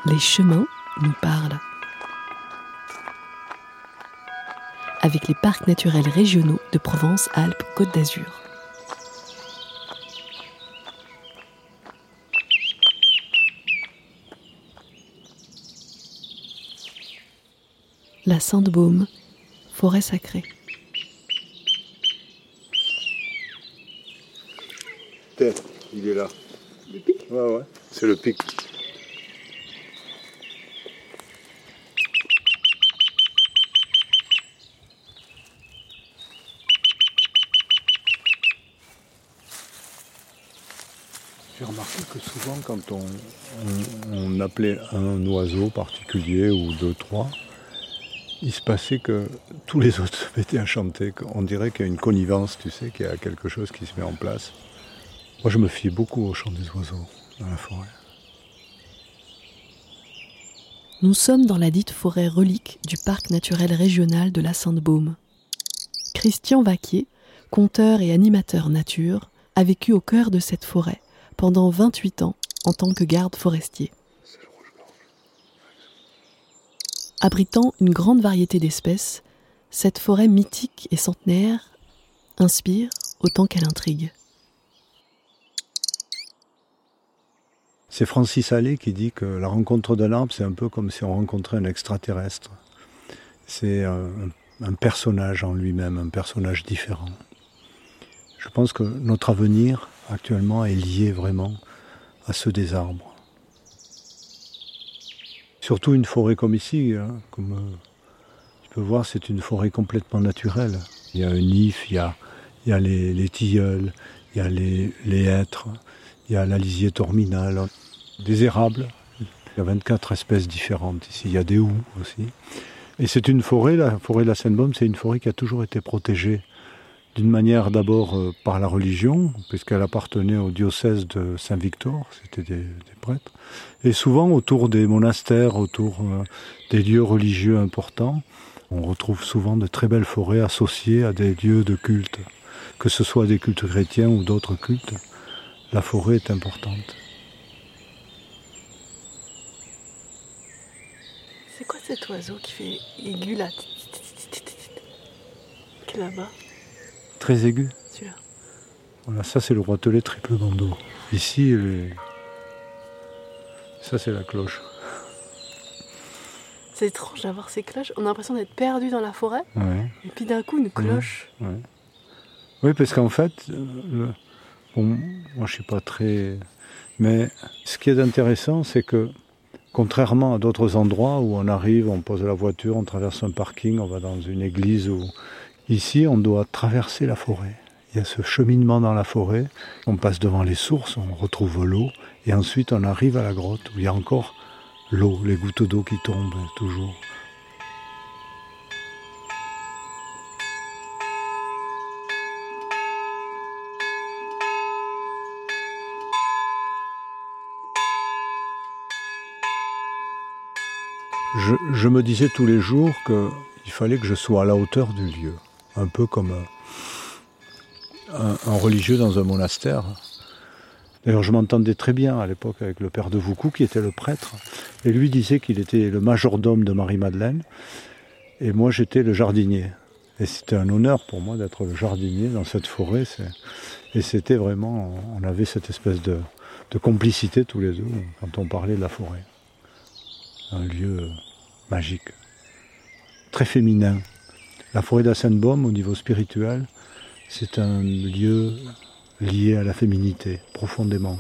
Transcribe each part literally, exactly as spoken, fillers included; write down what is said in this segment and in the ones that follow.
Les chemins nous parlent. Avec les parcs naturels régionaux de Provence-Alpes-Côte d'Azur. La Sainte-Baume, forêt sacrée. Tiens, il est là. Le pic ? Ouais, ouais, c'est le pic. J'ai remarqué que souvent, quand on, on, on appelait un oiseau particulier ou deux, trois, il se passait que tous les autres se mettaient à chanter. On dirait qu'il y a une connivence, tu sais, qu'il y a quelque chose qui se met en place. Moi, je me fie beaucoup au chant des oiseaux dans la forêt. Nous sommes dans la dite forêt relique du parc naturel régional de la Sainte-Baume. Christian Vaquier, conteur et animateur nature, a vécu au cœur de cette forêt pendant vingt-huit ans en tant que garde forestier. Abritant une grande variété d'espèces, cette forêt mythique et centenaire inspire autant qu'elle intrigue. C'est Francis Allais qui dit que la rencontre d'un arbre, c'est un peu comme si on rencontrait un extraterrestre. C'est un, un personnage en lui-même, un personnage différent. Je pense que notre avenir, actuellement, est lié vraiment à ceux des arbres. Surtout une forêt comme ici, hein, comme euh, tu peux voir, c'est une forêt complètement naturelle. Il y a un if, il y a, il y a les, les tilleuls, il y a les, les hêtres, il y a la lisier terminale, des érables. Il y a vingt-quatre espèces différentes ici. Il y a des houx aussi. Et c'est une forêt, la forêt de la Sainte-Baume, c'est une forêt qui a toujours été protégée. D'une manière d'abord euh, par la religion, puisqu'elle appartenait au diocèse de Saint-Victor, c'était des, des prêtres, et souvent autour des monastères, autour euh, des lieux religieux importants, on retrouve souvent de très belles forêts associées à des lieux de culte, que ce soit des cultes chrétiens ou d'autres cultes, la forêt est importante. C'est quoi cet oiseau qui fait aigu là, qui est là-bas? Très aigu. Celui-là. Voilà, ça c'est le roitelet triple bandeau. Ici, les... ça c'est la cloche. C'est étrange d'avoir ces cloches. On a l'impression d'être perdu dans la forêt. Ouais. Et puis d'un coup, une cloche. Ouais. Ouais. Oui, parce qu'en fait, le... bon, moi je suis pas très... Mais ce qui est intéressant, c'est que contrairement à d'autres endroits où on arrive, on pose la voiture, on traverse un parking, on va dans une église ou... Ici, on doit traverser la forêt. Il y a ce cheminement dans la forêt. On passe devant les sources, on retrouve l'eau. Et ensuite, on arrive à la grotte où il y a encore l'eau, les gouttes d'eau qui tombent toujours. Je, je me disais tous les jours qu'il fallait que je sois à la hauteur du lieu. Un peu comme un, un religieux dans un monastère. D'ailleurs, je m'entendais très bien à l'époque avec le père de Voucou, qui était le prêtre. Et lui disait qu'il était le majordome de Marie-Madeleine. Et moi, j'étais le jardinier. Et c'était un honneur pour moi d'être le jardinier dans cette forêt. C'est... Et c'était vraiment... On avait cette espèce de, de complicité tous les deux quand on parlait de la forêt. Un lieu magique. Très féminin. La forêt de la Sainte-Baume, au niveau spirituel, c'est un lieu lié à la féminité, profondément.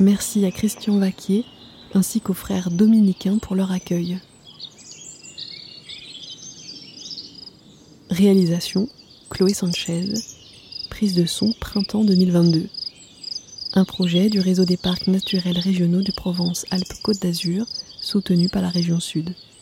Merci à Christian Vaquier ainsi qu'aux frères dominicains pour leur accueil. Réalisation Chloé Sanchez. Prise de son printemps deux mille vingt-deux. Un projet du réseau des parcs naturels régionaux de Provence-Alpes-Côte d'Azur, soutenu par la région Sud.